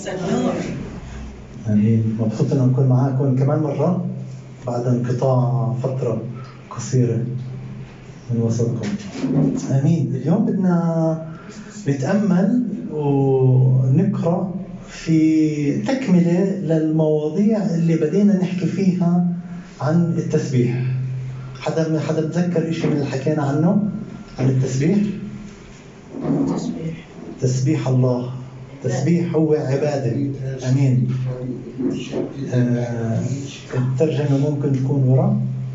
امين. مبسوط ان نكون معاكم كمان مره بعد انقطاع فتره قصيره من وسطكم. امين. اليوم بدنا نتامل ونقرا في تكمله للمواضيع اللي بدينا نحكي فيها عن التسبيح. حدا بتذكر شيء من اللي حكينا عنه عن التسبيح؟ تسبيح الله. تسبيح هو عبادة. أمين. الترجمة ممكن تكون وراء.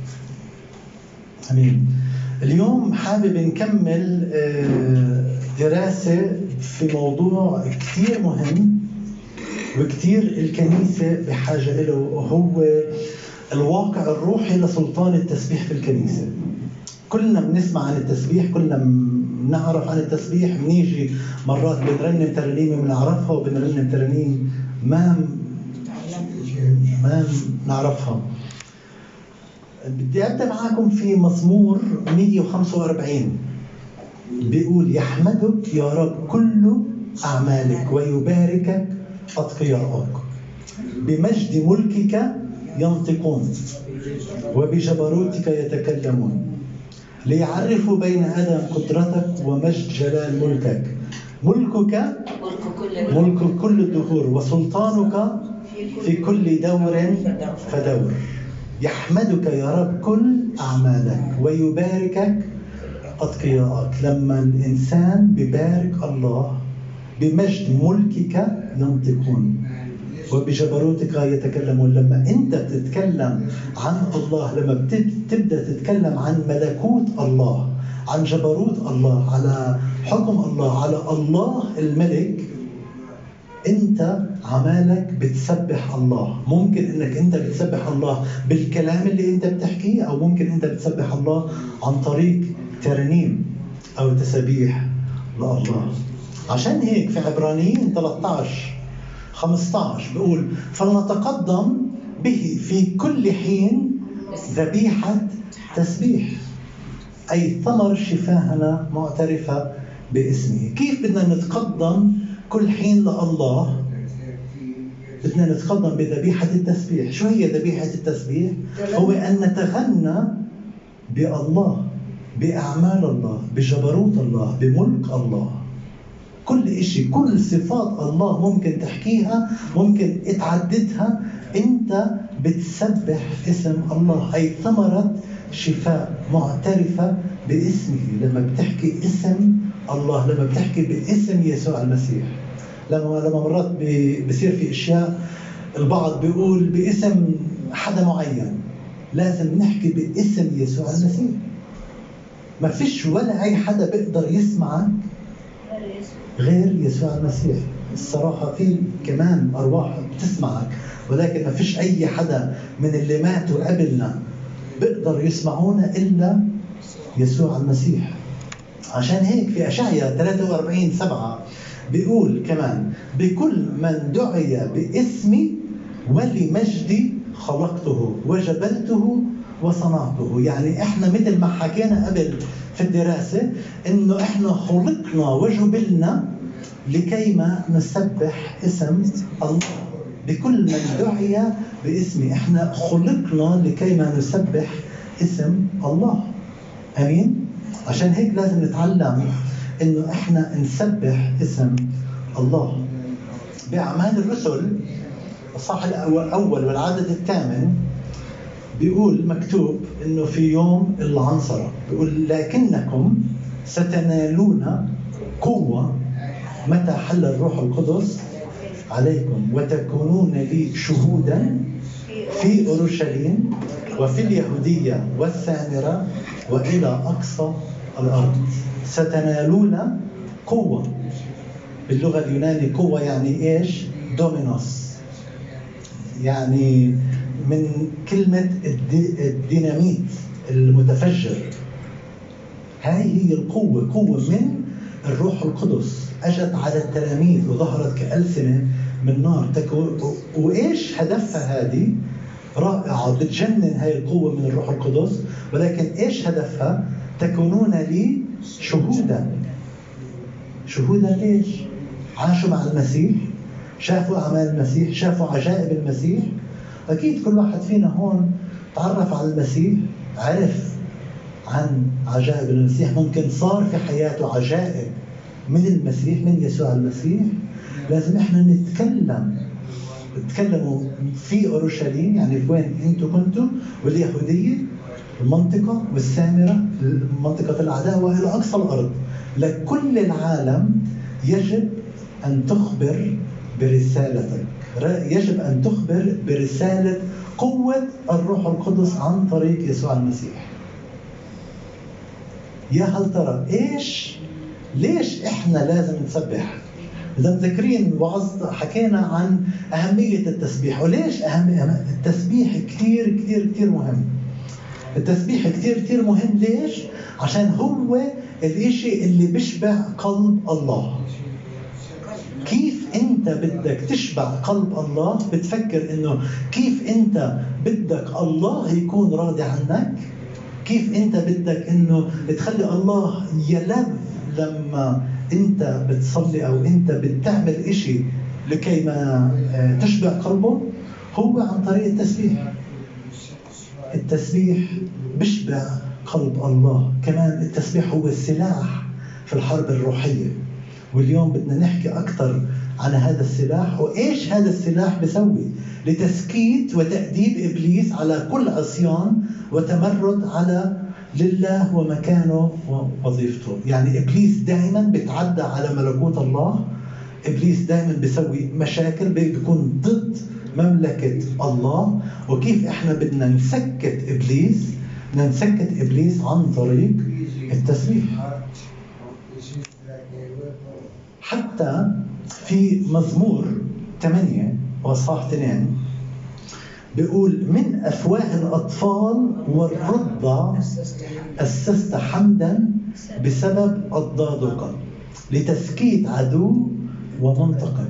أمين. اليوم حابب نكمل دراسة في موضوع كتير مهم وكتير الكنيسة بحاجة له، وهو الواقع الروحي لسلطان التسبيح في الكنيسة. كلنا بنسمع عن التسبيح، كلنا بنعرف عن التسبيح، بنيجي مرات بنرنم ترانيم بنعرفها وبنرنم ترانيم ما نعرفها. بدي أبدأ معاكم في مزمور 145 بيقول: يحمدك يا رب كل أعمالك ويباركك أتقياءك، بمجد ملكك ينطقون وبجبروتك يتكلمون، ليعرفوا بين آدم قدرتك ومجد جلال ملكك. ملكك ملك كل الدهور، وسلطانك في كل دور فدور. يحمدك يا رب كل أعمالك ويباركك أتقياءك. لما الإنسان ببارك الله بمجد ملكك ينطقون وبجبروتك يتكلمون. لما أنت بتتكلم عن الله، لما بتبدأ تتكلم عن ملكوت الله، عن جبروت الله، على حكم الله، على الله الملك، أنت عمالك بتسبح الله. ممكن أنك أنت بتسبح الله بالكلام اللي أنت بتحكيه، أو ممكن أنت بتسبح الله عن طريق ترنيم أو تسبيح لله. عشان هيك في عبرانيين 13-15 بيقول: فلنتقدم به في كل حين ذبيحة تسبيح، أي ثمر شفاهنا معترفة باسمه. كيف بدنا نتقدم كل حين لله؟ بدنا نتقدم بذبيحة التسبيح. شو هي ذبيحة التسبيح؟ هو أن نتغنى بالله، بأعمال الله، بجبروت الله، بملك الله. كل إشي، كل صفات الله ممكن تحكيها، ممكن تعددها. أنت بتسبح اسم الله، أي ثمرة شفاء معترفة باسمه. لما بتحكي اسم الله، لما بتحكي باسم يسوع المسيح. لما مرات بصير في اشياء البعض بيقول باسم حدا معين، لازم نحكي باسم يسوع المسيح. ما فيش ولا اي حدا بيقدر يسمعك غير يسوع المسيح. الصراحة في كمان أرواح بتسمعك، ولكن ما فيش أي حدا من اللي ماتوا قبلنا بيقدر يسمعونا إلا يسوع المسيح. عشان هيك في أشعياء 43:7 بيقول كمان: بكل من دعي باسمي ولمجدي خلقته وجبلته وصنعته. يعني احنا مثل ما حكينا قبل في الدراسة انه احنا خلقنا وجبلنا لكي ما نسبح اسم الله. بكل من دعي باسمي، احنا خلقنا لكي ما نسبح اسم الله. امين. عشان هيك لازم نتعلم انه احنا نسبح اسم الله. بأعمال الرسل الصح الأول والعدد 8 بيقول مكتوب انه في يوم العنصرة بيقول: لكنكم ستنالون قوة متى حل الروح القدس عليكم، وتكونون لي شهودا في أورشليم وفي اليهودية والسامرة وإلى أقصى الأرض. ستنالون قوة. باللغة اليونانية قوة يعني إيش؟ دومينوس، يعني من كلمة الديناميت المتفجر. هاي هي القوة، قوة من الروح القدس أجت على التلاميذ وظهرت كألسنة من نار. وإيش هدفها هذه؟ رائعة، بتجنن هاي القوة من الروح القدس. ولكن إيش هدفها؟ تكونون لي شهودا. شهودا ليش؟ عاشوا مع المسيح، شافوا أعمال المسيح، شافوا عجائب المسيح. أكيد كل واحد فينا هون تعرف على المسيح، عرف عن عجائب المسيح، ممكن صار في حياته عجائب من المسيح، من يسوع المسيح. لازم احنا نتكلموا في أورشليم، يعني في وين انتم كنتوا، واليهودية، المنطقة والسامرة، منطقة الأعداء، وإلى أقصى الأرض، لكل العالم. يجب أن تخبر برسالتك، يجب أن تخبر برسالة قوة الروح القدس عن طريق يسوع المسيح. يا هل ترى ليش إحنا لازم نسبح؟ إذا مذكرين وعظ حكينا عن أهمية التسبيح، وليش التسبيح كتير كتير كتير مهم. التسبيح كتير كتير مهم. ليش؟ عشان هو الإشي اللي بيشبع قلب الله. كيف أنت بدك تشبع قلب الله؟ بتفكر إنه كيف أنت بدك الله يكون راضي عنك؟ كيف أنت بدك إنه تخلي الله يلذ لما أنت بتصلي أو أنت بتعمل إشي لكي ما تشبع قلبه؟ هو عن طريق التسبيح. التسبيح بيشبع قلب الله. كمان التسبيح هو السلاح في الحرب الروحية، واليوم بدنا نحكي أكثر عن هذا السلاح وإيش هذا السلاح بيسوي لتسكيت وتأديب إبليس على كل عصيان وتمرد على لله ومكانه ووظيفته. يعني إبليس دائما بيتعدى على ملكوت الله. إبليس دائما بيسوي مشاكل، بيكون ضد مملكة الله. وكيف إحنا بدنا نسكت إبليس؟ بدنا نسكت إبليس عن طريق التسبيح. حتى في مزمور 8 وإصحاح 2 بيقول: من أفواه الأطفال والرضع أسست حمدا بسبب أضدادك لتسكيت عدو ومنتقم.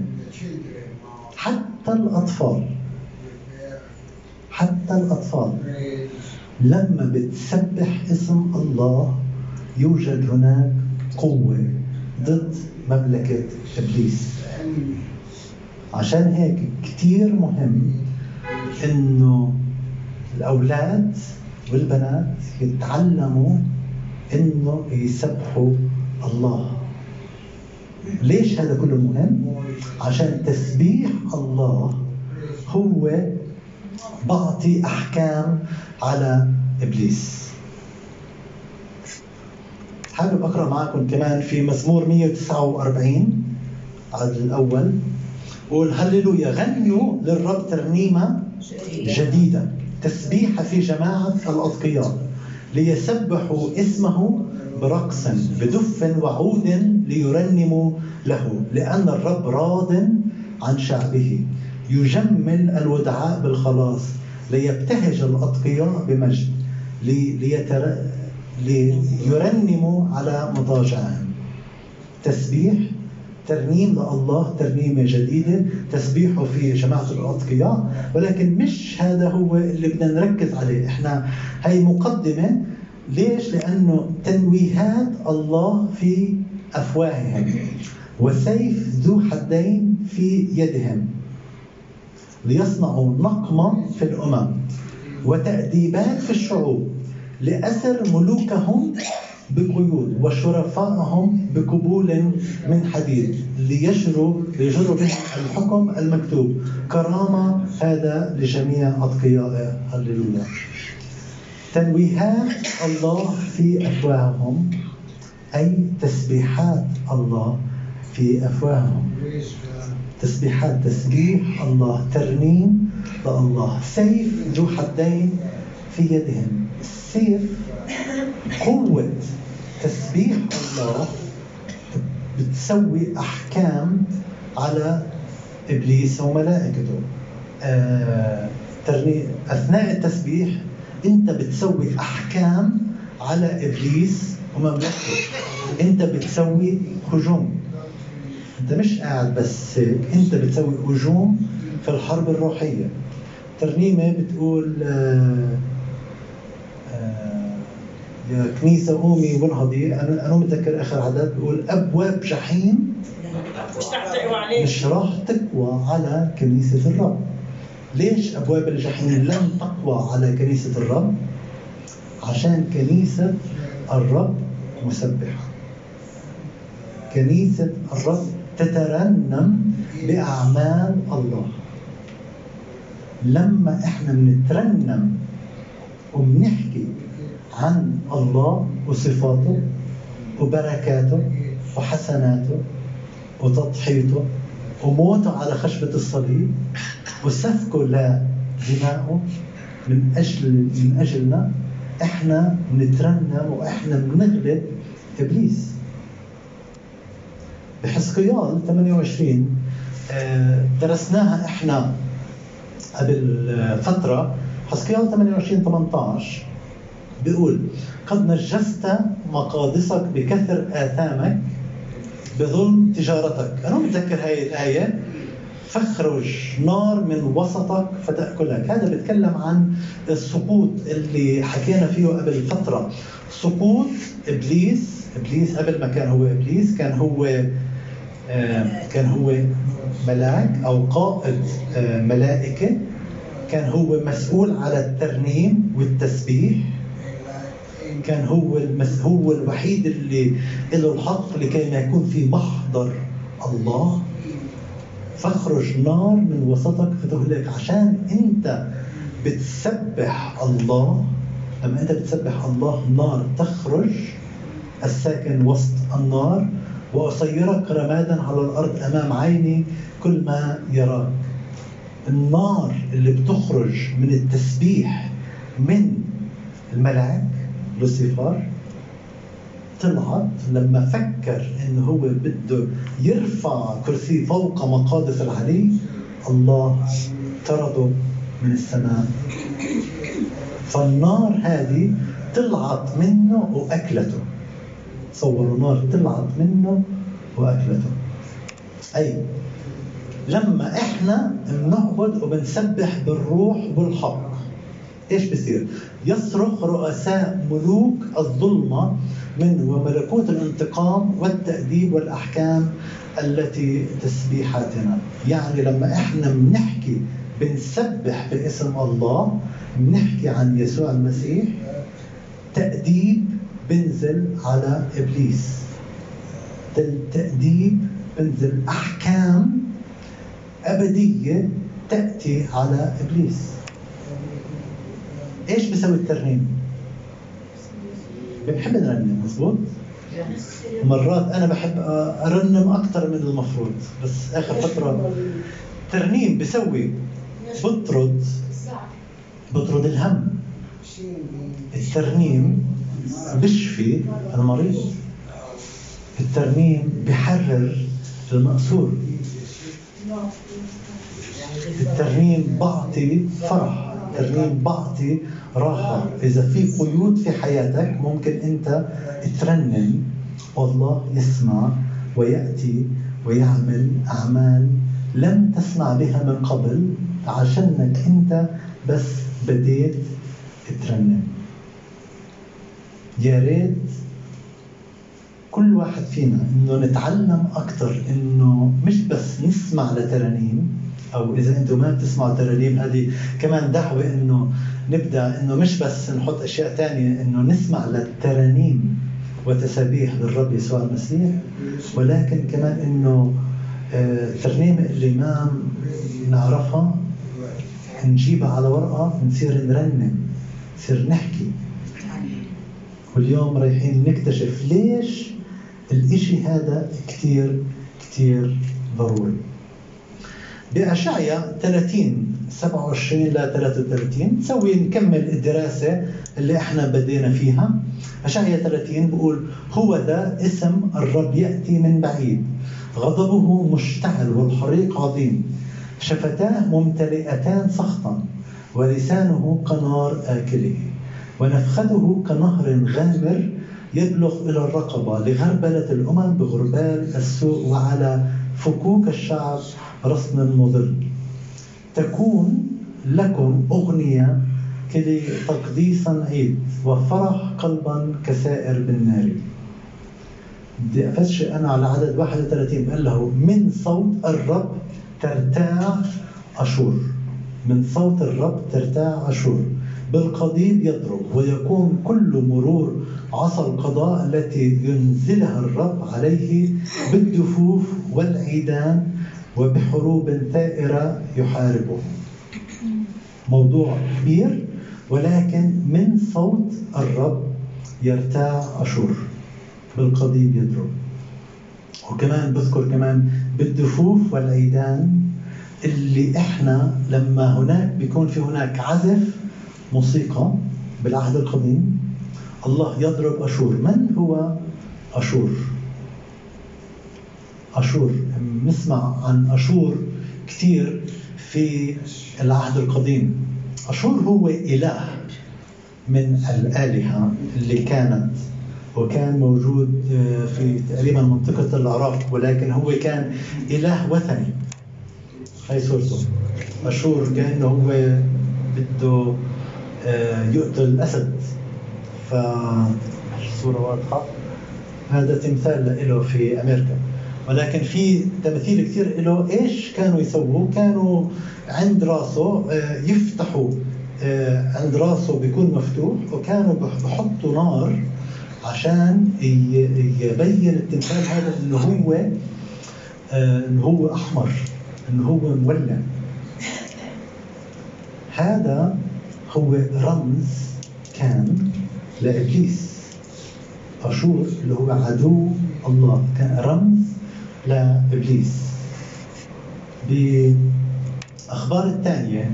حتى الأطفال لما بتسبح اسم الله يوجد هناك قوة ضد مملكة إبليس. عشان هيك كتير مهم إنه الأولاد والبنات يتعلموا إنه يسبحوا الله. ليش هذا كله مهم؟ عشان تسبيح الله هو بعطي أحكام على إبليس. حابب أقرأ معكم كمان في مزمور 149 عدد الأول. قول: هللويا، غنوا للرب ترنيمة جديدة، تسبيحة في جماعة الأتقياء، ليسبحوا اسمه برقص بدف وعود ليرنموا له، لأن الرب راض عن شعبه، يجمل الودعاء بالخلاص، ليبتهج الأتقياء بمجد، ليرنموا على مضاجعهم. تسبيح، ترنيم لله، ترنيمة جديدة، تسبيحه في جماعة الأتقياء. ولكن مش هذا هو اللي بدنا نركز عليه. احنا هاي مقدمة. ليش؟ لأنه تنويهات الله في أفواههم، وسيف ذو حدين في يدهم، ليصنعوا نقمة في الأمم وتأديبات في الشعوب، لأسر ملوكهم بقيود وشرفائهم بقبول من حديد، ليجروا بهم الحكم المكتوب. كرامة هذا لجميع أتقيائه. هللويا. تنويهات الله في أفواههم، أي تسبيحات الله في أفواههم. تسبيحات، تسبيح الله، ترنيم لله. سيف ذو حدين في يدهم. السيف قوة تسبيح الله بتسوي أحكام على إبليس وملائكته. أثناء التسبيح أنت بتسوي أحكام على إبليس ومملكته. أنت بتسوي هجوم. أنت مش قاعد بس هيك، أنت بتسوي هجوم في الحرب الروحية. ترنيمة بتقول: يا كنيسة قومي وانهضي. أنا متذكر آخر عدد بيقول: أبواب جحيم مش راح تقوى على كنيسة الرب. ليش أبواب الجحيم لن تقوى على كنيسة الرب؟ عشان كنيسة الرب مسبحة. كنيسة الرب تترنم بأعمال الله. لما احنا بنترنم وبنحكي عن الله وصفاته وبركاته وحسناته وتضحيته وموته على خشبة الصليب وسفكه لدماءه من أجلنا، احنا بنترنم واحنا بنغلب إبليس. بحزقيال 28 درسناها احنا قبل فترة. حزقيال 28:18 بيقول: قد نجست مقادسك بكثر آثامك بظلم تجارتك. أنا متذكر هاي الآية: فاخرج نار من وسطك فتأكلك. هذا بيتكلم عن السقوط اللي حكينا فيه قبل فترة. سقوط إبليس قبل ما كان هو إبليس كان هو ملاك أو قائد ملائكة. كان هو مسؤول على الترنيم والتسبيح. كان هو الوحيد اللي له الحق لكي ما يكون في محضر الله. فاخرج نار من وسطك فتهلك. عشان انت بتسبح الله، لما انت بتسبح الله نار تخرج، الساكن وسط النار، وأصيرك رمادا على الأرض أمام عيني كل ما يراك. النار اللي بتخرج من التسبيح من الملاك لوسيفر طلعت لما فكر انه هو بده يرفع كرسي فوق مقادس العلي. الله طرده من السماء. فالنار هذه طلعت منه وأكلته. تصوروا، نار طلعت منه وأكلته. أي لما إحنا بنعبد وبنسبح بالروح والحق، إيش بصير؟ يصرخ رؤساء ملوك الظلمة من وملكوت الانتقام والتأديب والأحكام التي تسبيحاتنا. يعني لما إحنا بنحكي بنسبح باسم الله، بنحكي عن يسوع المسيح، تأديب بنزل على إبليس. التأديب بنزل، أحكام أبدية تأتي على إبليس. إيش بيسوي الترنيم؟ بنحب نرنم، مظبوط؟ مرات أنا بحب أرنم أكثر من المفروض، بس آخر فترة ترنيم بيسوي بطرد الهم. الترنيم بشفي المريض. الترنيم بحرر المأسور. الترنيم بعطي فرح. الترنيم بعطي راحة. إذا في قيود في حياتك ممكن أنت ترنم والله يسمع ويأتي ويعمل أعمال لم تسمع بها من قبل، عشانك أنت بس بديت ترنم. يا ريت كل واحد فينا إنه نتعلم أكتر، إنه مش بس نسمع لترانيم، أو إذا أنتم ما بتسمعوا ترانيم هذه كمان دعوة إنه نبدأ إنه مش بس نحط أشياء تانية، إنه نسمع للترانيم وتسابيح للرب يسوع المسيح، ولكن كمان إنه الترنيمة اللي ما نعرفها نجيبها على ورقة، نصير نرنم، نصير نحكي. واليوم رايحين نكتشف ليش الإشي هذا كتير كتير ضروري. بأشعياء 30:27-33 نكمل الدراسة اللي احنا بدينا فيها. أشعياء 30 بيقول: هو ذا اسم الرب يأتي من بعيد، غضبه مشتعل والحريق عظيم، شفتاه ممتلئتان سخطا، ولسانه كنار آكله، ونفخته كنهر غامر يبلغ إلى الرقبة، لغربلة الأمم بغربال السوء، وعلى فكوك الشعب رسم مضل. تكون لكم أغنية كلتقديسا عيد، وفرح قلبا كسائر بالنار. بدي أفشي أنا على عدد 31. قال له من صوت الرب ترتاع أشور، من صوت الرب ترتاع أشور، بالقضيب يضرب، ويكون كل مرور عصا القضاء التي ينزلها الرب عليه بالدفوف والعيدان وبحروب ثائرة يحاربه. موضوع كبير، ولكن من صوت الرب يرتاع أشور، بالقضيب يضرب. وكمان بذكر كمان بالدفوف والعيدان، اللي احنا لما هناك بيكون في هناك عزف موسيقى بالعهد القديم، الله يضرب أشور. من هو أشور؟ أشور نسمع عن أشور كثير في العهد القديم. أشور هو إله من الآلهة اللي كانت، وكان موجود في تقريبا منطقة العراق، ولكن هو كان إله وثني. هاي صورته. أشور كأنه هو بده يقتل الأسد، فالصورة واضحة. هذا تمثال له في أمريكا، ولكن في تمثيل كثير له. إيش كانوا يسووا؟ كانوا عند راسه يفتحوا، عند راسه بيكون مفتوح، وكانوا بحطوا نار عشان يبين التمثال هذا إنه هو أحمر، إنه هو مولع. هذا هو رمز كان لإبليس. أشور اللي هو عدو الله كان رمز لإبليس. بأخبار الثانية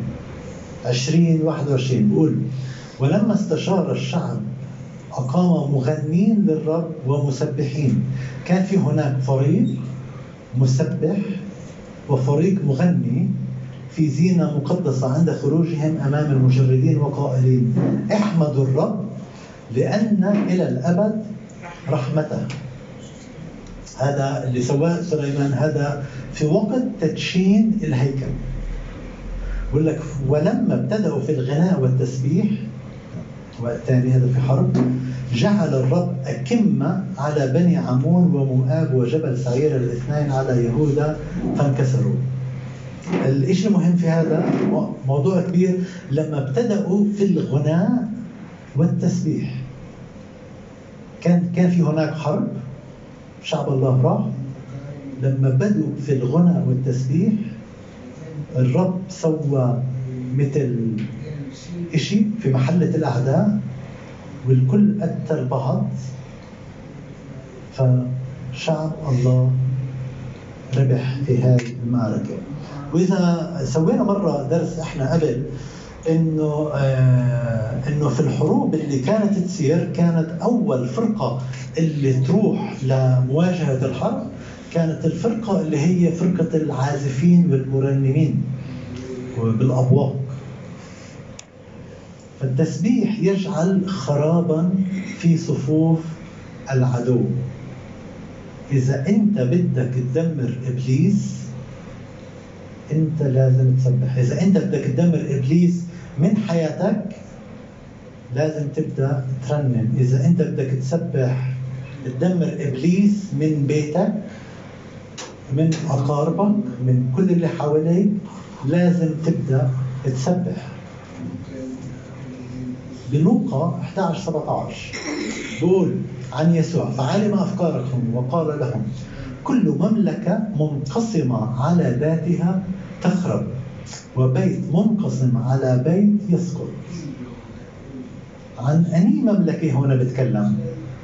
20:21 بقول: ولما استشار الشعب أقام مغنين للرب ومسبحين. كان في هناك فريق مسبح وفريق مغني في زينة مقدسة عند خروجهم أمام المجردين وقائلين: احمدوا الرب لأن إلى الأبد رحمته. هذا اللي سواه سليمان، هذا في وقت تدشين الهيكل. بقول لك: ولما ابتدأوا في الغناء والتسبيح، وقت ثاني هذا في حرب، جعل الرب أكمة على بني عمون ومؤاب وجبل سعير الاثنين على يهوذا فانكسروا. الشيء المهم في هذا موضوع كبير. لما ابتدأوا في الغناء والتسبيح، كان في هناك حرب، شعب الله راح. لما بدوا في الغناء والتسبيح، الرب سوى مثل إشي في محلة الأعداء، والكل قتل بعض، فشعب الله ربح في هذه المعركة. وإذا سوينا مرة درس إحنا قبل إنه في الحروب اللي كانت تصير، كانت أول فرقة اللي تروح لمواجهة الحرب كانت الفرقة اللي هي فرقة العازفين والمرنمين بالأبواق. فالتسبيح يجعل خرابا في صفوف العدو. إذا أنت بدك تدمر إبليس، أنت لازم تسبح. إذا أنت بدك تدمر إبليس من حياتك، لازم تبدأ ترنم. إذا أنت بدك تسبح تدمر إبليس من بيتك، من أقاربك، من كل اللي حواليك، لازم تبدأ تسبح. بلوقا 11:17 بقول عن يسوع: فعلم أفكاركم وقال لهم: كل مملكة منقسمة على ذاتها تخرب، وبيت منقسم على بيت يسقط. عن أي مملكة هنا بتكلم؟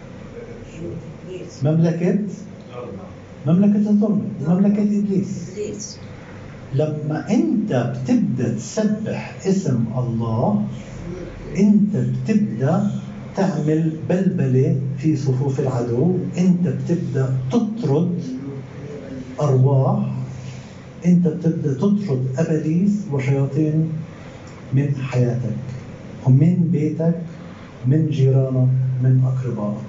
مملكة الظلم، مملكة إبليس. لما أنت بتبدأ تسبح اسم الله، أنت بتبدأ تعمل بلبلة في صفوف العدو. أنت بتبدأ تطرد أرواح، أنت بتبدأ تطرد أباليس وشياطين من حياتك ومن بيتك، من جيرانك، من أقربائك.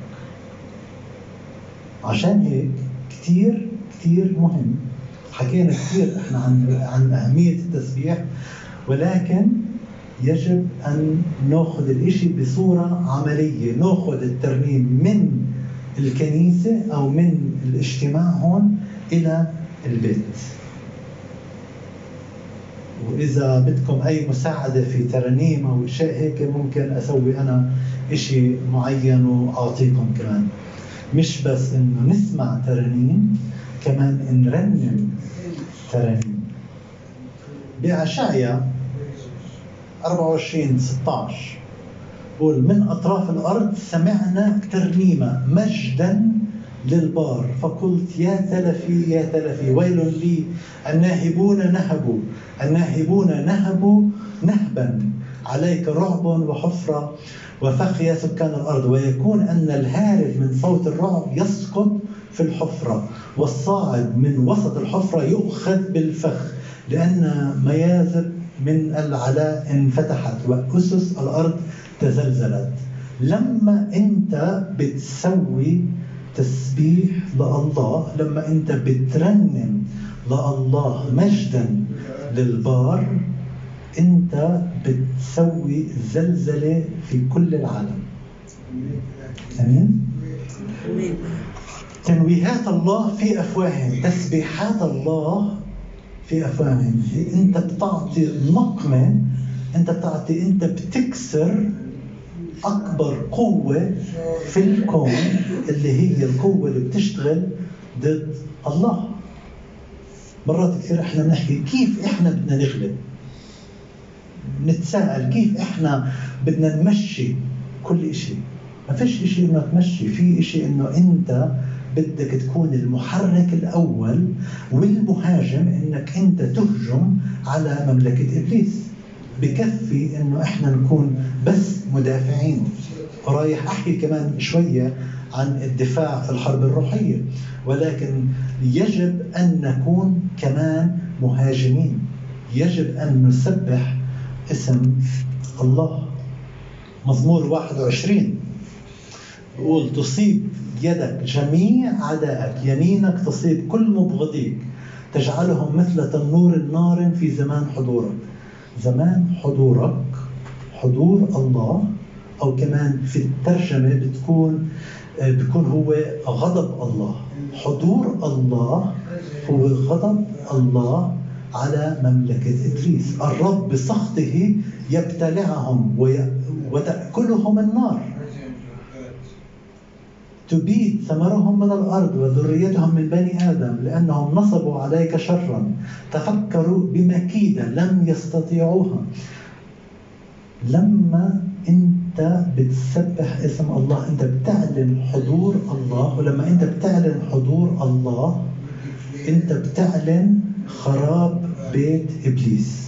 عشان هيك كتير كتير مهم. حكينا كتير احنا عن أهمية التسبيح، ولكن يجب أن نأخذ الإشي بصورة عملية. نأخذ الترنيم من الكنيسة أو من الاجتماع هون إلى البيت. وإذا بدكم أي مساعدة في ترانيم أو شيء هيك ممكن أسوي أنا إشي معين وأعطيكم كمان. مش بس إنه نسمع ترانيم، كمان نرنم ترانيم. بأشعيا 24:16 قول: من أطراف الأرض سمعنا ترنيمة مجدا للبار، فقلت يا تلفي يا تلفي، ويل لي، الناهبون نهبوا نهبا، عليك رعب وحفرة وفخ يا سكان الأرض، ويكون أن الهارب من صوت الرعب يسقط في الحفرة، والصاعد من وسط الحفرة يؤخذ بالفخ، لأن ميازب من العلاء انفتحت وأسس الأرض تزلزلت. لما أنت بتسوي تسبيح لله، لما أنت بترنم لله مجدا للبار، أنت بتسوي زلزلة في كل العالم. أمين؟ تنويهات الله في أفواههم، تسبيحات الله في أفواههم. أنت بتعطي نقمة، أنت بتكسر أكبر قوة في الكون، اللي هي القوة اللي بتشتغل ضد الله. مرات كثير إحنا بنحكي كيف إحنا بدنا نغلب، نتساءل كيف إحنا بدنا نمشي كل إشي. ما فيش إشي إنه تمشي، في إشي إنه أنت بدك تكون المحرك الأول والمهاجم، إنك أنت تهجم على مملكة إبليس. بكفي إنه إحنا نكون بس مدافعين. ورايح أحكي كمان شوية عن الدفاع في الحرب الروحية، ولكن يجب أن نكون كمان مهاجمين. يجب أن نسبح اسم الله. مزمور 21 يقول: تصيب يدك جميع أعدائك، يمينك تصيب كل مبغضيك، تجعلهم مثل تنور النار في زمان حضورك. زمان حضورك، حضور الله، أو كمان في الترجمة بيكون هو غضب الله. حضور الله هو غضب الله على مملكة إبليس. الرب بسخطه يبتلعهم وتأكلهم النار، تبيد ثمرهم من الأرض وذريتهم من بني آدم، لأنهم نصبوا عليك شرا، تفكروا بمكيدة لم يستطيعوها. لما أنت بتسبح اسم الله، أنت بتعلن حضور الله، ولما أنت بتعلن حضور الله، أنت بتعلن خراب بيت إبليس.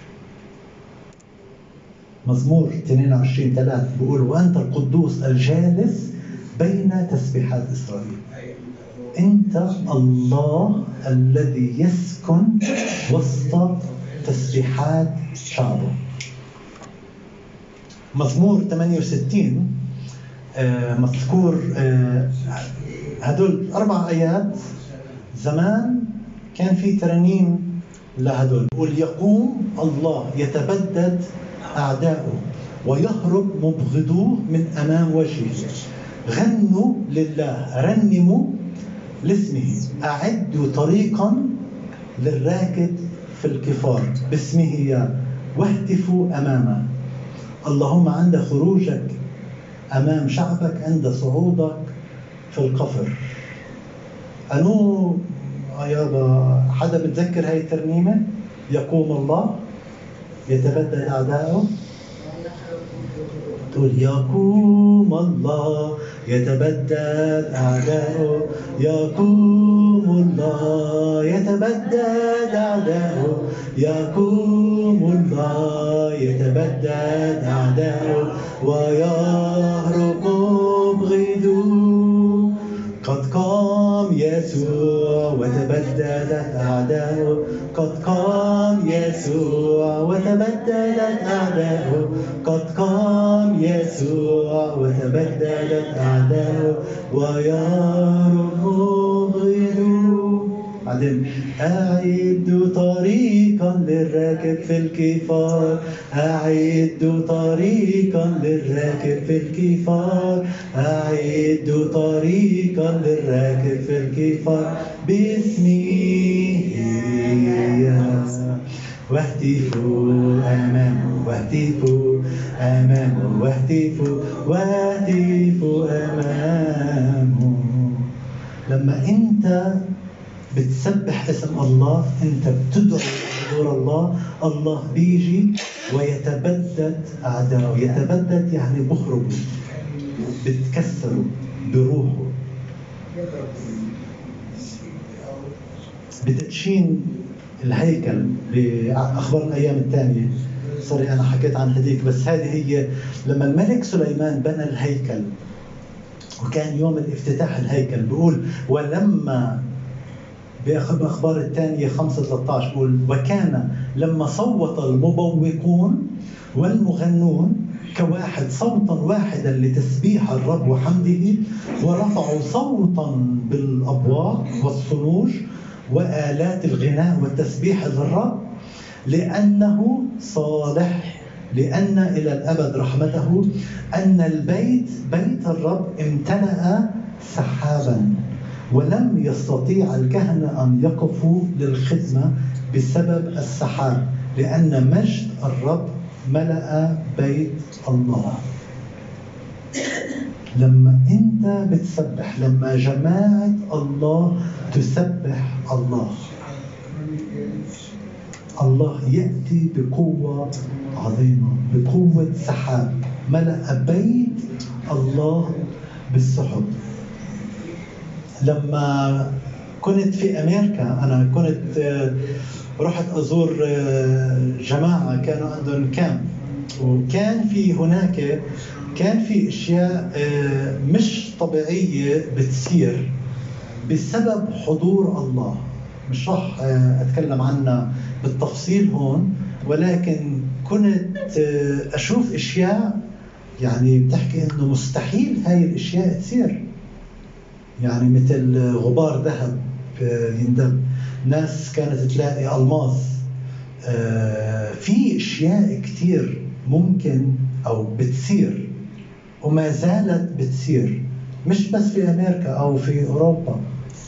مزمور 22:3 بيقول: وأنت القدوس الجالس بين تسبيحات إسرائيل. أنت الله الذي يسكن وسط تسبيحات شعبه. مزمور 68 مذكور هدول 4 آيات. زمان كان في ترنيم لهدول، يقول: يقوم الله يتبدد أعداؤه ويهرب مبغضوه من أمام وجهه. غنوا لله، رنموا لاسمه، أعدوا طريقا للراكد في الكفار باسمه، واهتفوا أمامه. اللهم عند خروجك أمام شعبك، عند صعودك في القفر. أنو يابا حدا بتذكر هاي الترنيمة؟ يقوم الله يتبدد أعداؤه. تقول: يقوم الله يتبدد أعداؤه، يقوم الله يتبدد أعداؤه، يقوم الله يتبدد أعداؤه، ويهرب مبغضوه. قد قام يسوع وتبددت أعداؤه، قد قام يسوع وتبددت أعداؤه، قد قام يسوع وتبددت أعداؤه، ويهرب مبغضوه. بعدين أعد طريقا للراكب في الكفار، أعد طريقا للراكب في الكفار، أعد طريقا للراكب في الكفار باسمه واهتفوا أمامه، واهتفوا أمامه، واهتفوا أمامه. لما أنت بتسبح اسم الله، أنت بتدعو حضور الله، الله بيجي ويتبدد أعداءه. يتبدد يعني بخرجوا، بتكسروا بروحه. بتدشين الهيكل بأخبار الأيام الثانية. سوري أنا حكيت عن هديك، بس هذه هي لما الملك سليمان بنى الهيكل وكان يوم الافتتاح الهيكل، بيقول ولما بأخبار الثانية 5:13 بيقول وكان لما صوت المبوقون والمغنون كواحد صوتا واحدا لتسبيح الرب وحمده، ورفعوا صوتا بالأبواق والصنوج وآلات الغناء والتسبيح للرب، لأنه صالح، لأن إلى الأبد رحمته، أن البيت بيت الرب امتلأ سحابا، ولم يستطيع الكهنة أن يقفوا للخدمة بسبب السحاب، لأن مجد الرب ملأ بيت الله. لما أنت بتسبح، لما جماعة الله تسبح الله، الله يأتي بقوة عظيمة، بقوة سحاب، ملأ بيت الله بالسحب. لما كنت في أمريكا، أنا كنت رحت أزور جماعة كانوا عندهم كامب، وكان في هناك كان في أشياء مش طبيعية بتصير بسبب حضور الله. مش راح أتكلم عنها بالتفصيل هون، ولكن كنت أشوف أشياء يعني بتحكي إنه مستحيل هاي الأشياء تصير. يعني مثل غبار ذهب يندب، ناس كانت تلاقي ألماس، في أشياء كتير ممكن أو بتصير وما زالت بتصير، مش بس في أمريكا أو في أوروبا.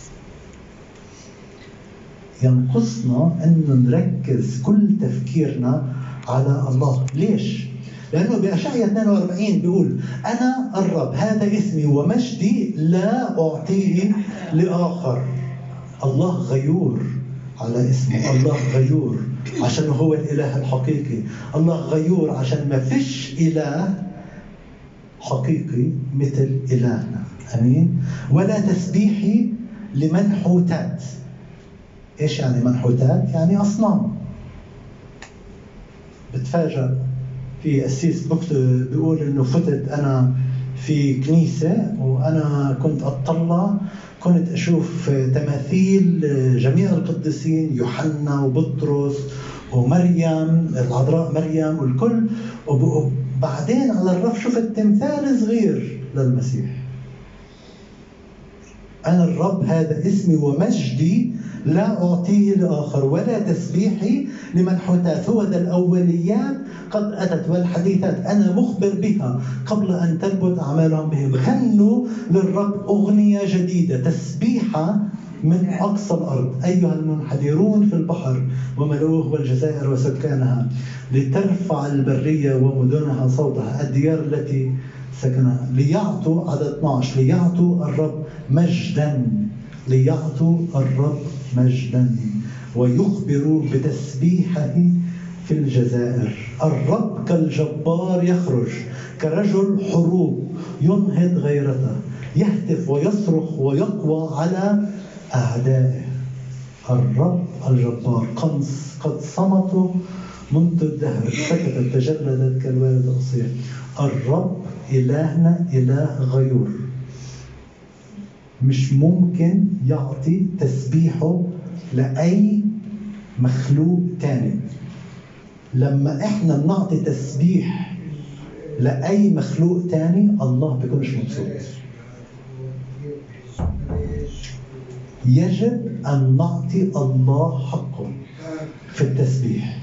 ينقصنا أن نركز كل تفكيرنا على الله. ليش؟ لأنه بأشعياء 42 بيقول أنا الرب هذا اسمي ومجدي لا أعطيه لآخر. الله غيور على اسمه، الله غيور عشان هو الإله الحقيقي، الله غيور عشان ما فيش إله حقيقي مثل إلهنا. أمين. ولا تسبيحي لمنحوتات. إيش يعني منحوتات؟ يعني أصنام. بتفاجأ في قسيس بيقول إنه فتت أنا في كنيسة وأنا كنت أطلع، كنت أشوف تماثيل جميع القديسين، يوحنا وبطرس ومريم العذراء مريم والكل، وبعدين على الرف شفت تمثال صغير للمسيح. أنا الرب هذا اسمي ومجدي لا أعطيه لآخر، ولا تسبيحي لمنحوتات. هو ذا الأوليات قد أتت والحديثات أنا مخبر بها قبل أن تنبت أعمالهم بهم. غنوا للرب أغنية جديدة، تسبيحة من أقصى الأرض أيها المنحدرون في البحر وملؤوه والجزائر وسكانها، لترفع البرية ومدنها صوتها، الديار التي سكنها. ليعطوا عدد 12 ليعطوا الرب مجدا، ليعطوا الرب مجدا ويخبروا بتسبيحه في الجزائر. الرب كالجبار يخرج، كرجل حروب ينهض غيرته، يهتف ويصرخ ويقوى على أعدائه. الرب الجبار قد صمتوا منذ الدهر، سكتت تجلدت كالوالد الأصيل. الرب إلهنا إله غيور، مش ممكن يعطي تسبيحه لأي مخلوق تاني. لما احنا بنعطي تسبيح لأي مخلوق تاني الله بيكونش مبسوط. يجب أن نعطي الله حقه في التسبيح.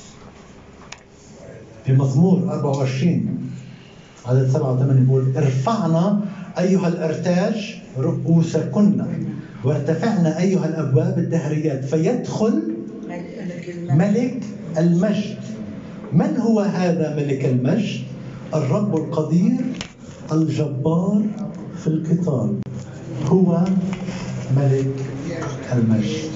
في مزمور 24 عدد 7 و8 يقول: ارفعنا أيها الأرتاج رؤوسكن، وارتفعنا أيها الأبواب الدهريات، فيدخل ملك المجد. من هو هذا ملك المجد؟ الرب القدير الجبار في القتال، هو ملك المجد.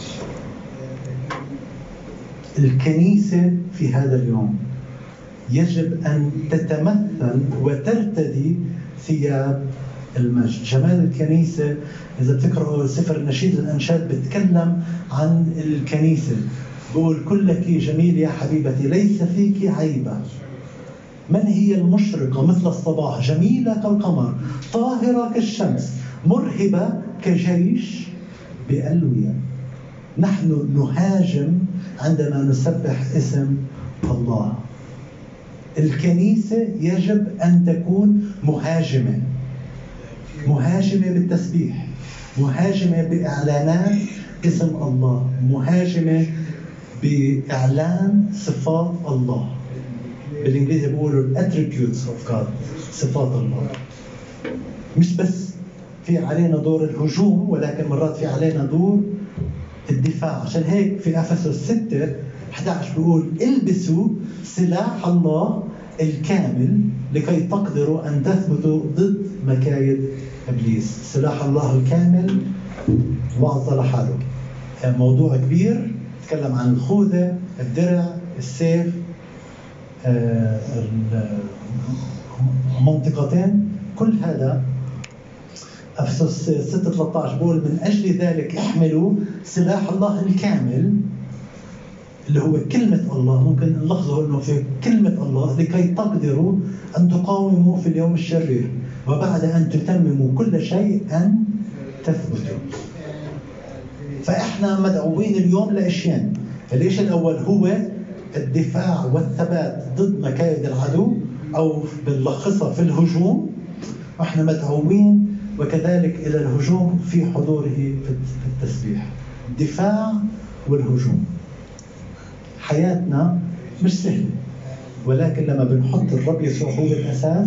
الكنيسة في هذا اليوم يجب أن تتمثل وترتدي ثياب المجد. جمال الكنيسة، إذا بتقرأوا سفر نشيد الأنشاد بتكلم عن الكنيسة، بقول: كلك جميل يا حبيبتي، ليس فيك عيبة. من هي المشرقة مثل الصباح، جميلة كالقمر، طاهرة كالشمس، مرهبة كجيش بألوية. نحن نهاجم عندما نسبح اسم الله. الكنيسة يجب أن تكون مهاجمة بالتسبيح، مهاجمة بإعلانات اسم الله، مهاجمة بإعلان صفات الله. بالإنجليزي بيقولوا attributes of God، صفات الله. مش بس في علينا دور الهجوم، ولكن مرات في علينا دور الدفاع. عشان هيك في أفسس 6:11 بيقول: البسوا سلاح الله الكامل لكي تقدروا أن تثبتوا ضد مكايد إبليس. سلاح الله الكامل وعظة لحاله، موضوع كبير، تكلم عن الخوذة، الدرع، السيف، منطقتين، كل هذا. أفسس 6:13 بقول: من أجل ذلك احملوا سلاح الله الكامل، اللي هو كلمة الله. ممكن نلخصه إنه في كلمة الله، لكي تقدروا أن تقاوموا في اليوم الشرير، وبعد أن تتمموا كل شيء أن تثبتوا. فإحنا مدعوين اليوم لأشياء. الشيء الأول هو الدفاع والثبات ضد مكايد العدو، أو بنلخصها في الهجوم. إحنا مدعوين وكذلك إلى الهجوم في حضوره في التسبيح. الدفاع والهجوم. حياتنا مش سهلة، ولكن لما بنحط الرب يسوع هو الأساس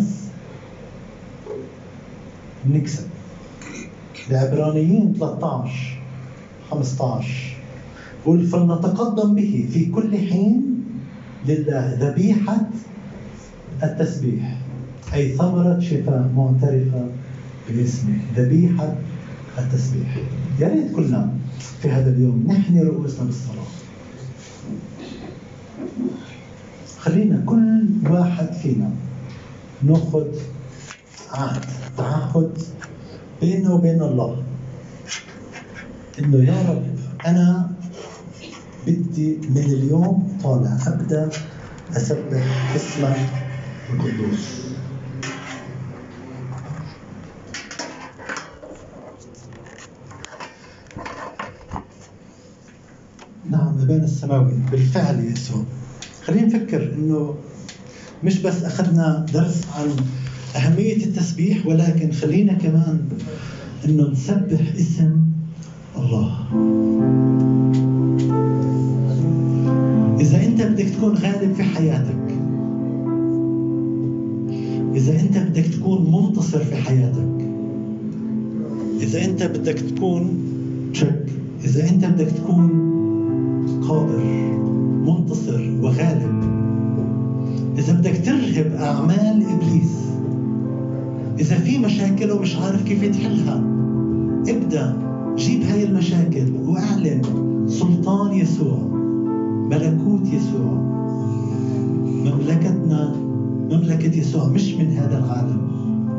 بنكسب. بعبرانيين 13:15 قل: فلنتقدم به في كل حين لله ذبيحة التسبيح، أي ثمرة شفاء معترفة باسمه. ذبيحة التسبيح. يا ريت كلنا في هذا اليوم نحني رؤوسنا بالصلاة. خلينا كل واحد فينا ناخذ تعهد بيننا وبين الله، إنه يا رب أنا بدي من اليوم طالع أبدأ أسبح اسمك القدوس. نعم أبانا السماوي، بالفعل يسوع. خلينا نفكر إنه مش بس أخذنا درس عن أهمية التسبيح، ولكن خلينا كمان إنه نسبح اسم الله. إذا أنت بدك تكون غالب في حياتك، إذا أنت بدك تكون منتصر في حياتك، إذا أنت بدك تكون إذا أنت بدك تكون قادر منتصر وغالب، إذا بدك ترهب أعمال إبليس، إذا في مشاكل ومش عارف كيف تحلها، ابدأ جيب هاي المشاكل واعلن سلطان يسوع، ملكوت يسوع. مملكتنا مملكة يسوع، مش من هذا العالم.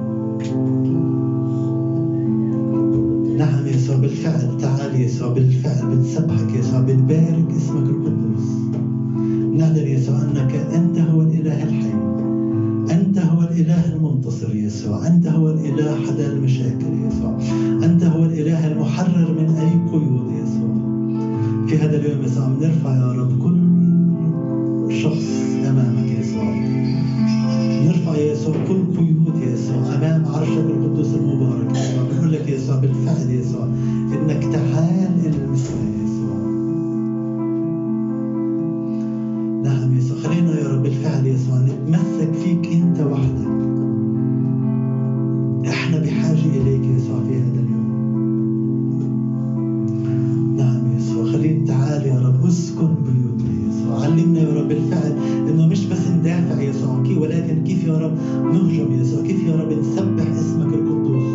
نعم يسوع بالفعل، تعال يسوع بالفعل، بتسبحك يسوع، بنبارك اسمك القدوس. نعلن يسوع أنك أنت هو الإله الحي، أنت هو الإله المنتصر يسوع، أنت هو الإله حل المشاكل يسوع، أنت هو الإله المحرر من أي قيود يسوع. في هذا اليوم يسوع بنرفع يا رب كل شخص أمامك يسوع، نرفع يا يسوع كل قيود يسوع أمام عرشك القدوس المبارك يسوع. بنقول لك يسوع بالفعل يسوع إنك تعال يسوع. خلينا يا رب بالفعل يسوع نتمسك فيك أنت وحدك. احنا بحاجة إليك يسوع في هذا اليوم. نعم يسوع، خلينا تعال يا رب اسكن بيوتنا يسوع. علمنا يا رب بالفعل انه مش بس ندافع يسوع ولكن كيف يا رب نهجم يسوع، كيف يا رب نسبح اسمك القدوس.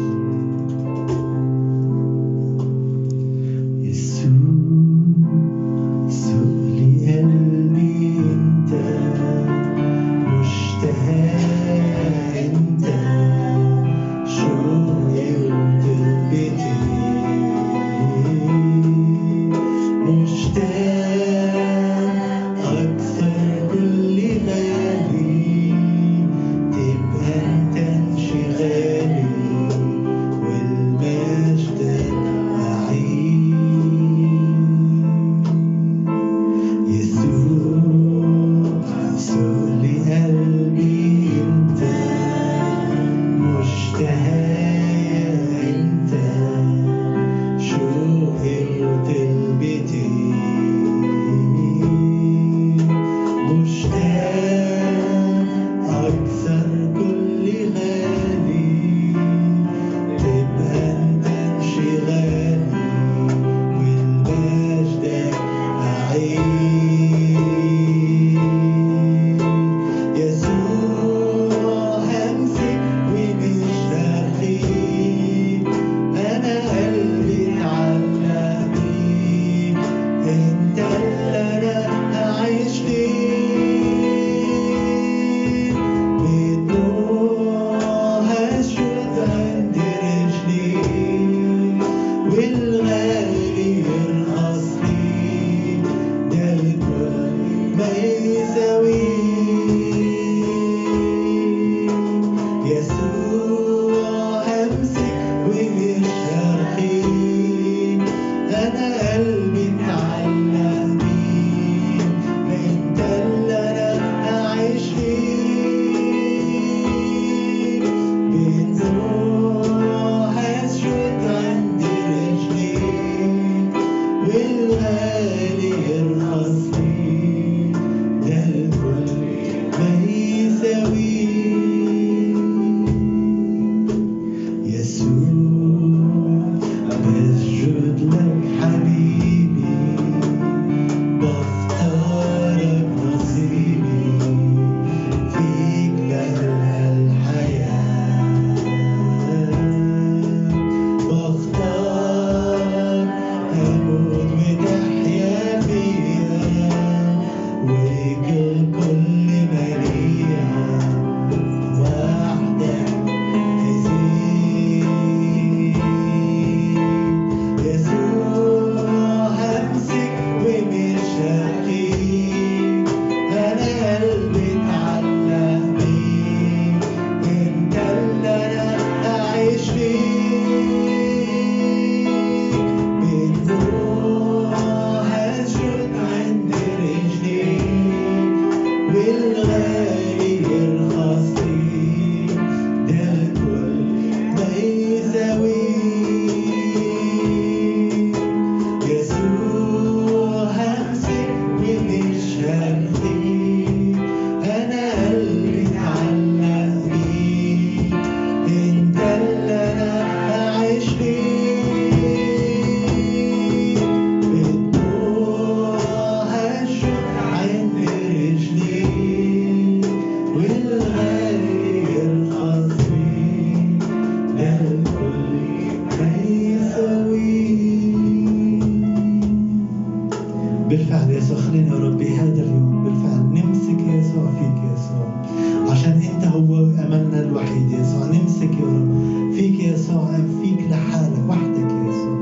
بالفعل يسوع خلينا يا رب بهذا اليوم بالفعل نمسك يسوع فيك يسوع، عشان انت هو املنا الوحيد يسوع. نمسك يا رب فيك يسوع، فيك لحالك وحدك يسوع،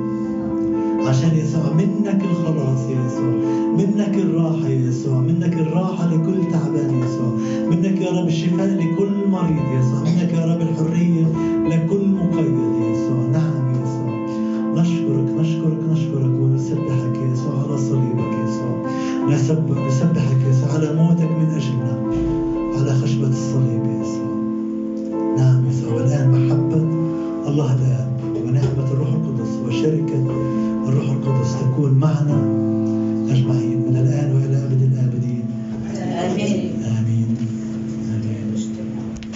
عشان يسوع منك الخلاص يسوع، منك الراحة يسوع، منك الراحة لكل تعبان يسوع، منك يا رب الشفاء لكل مريض يسوع، منك يا رب الحرية لكل مقيد يسوع. نعم يسوع، نشكرك نشكرك نشكرك ونسبحك يسوع على صليبك يسوع، نسبحك يسوع على موتك من أجلنا على خشبة الصليب يسوع. نعم يسوع، والآن محبة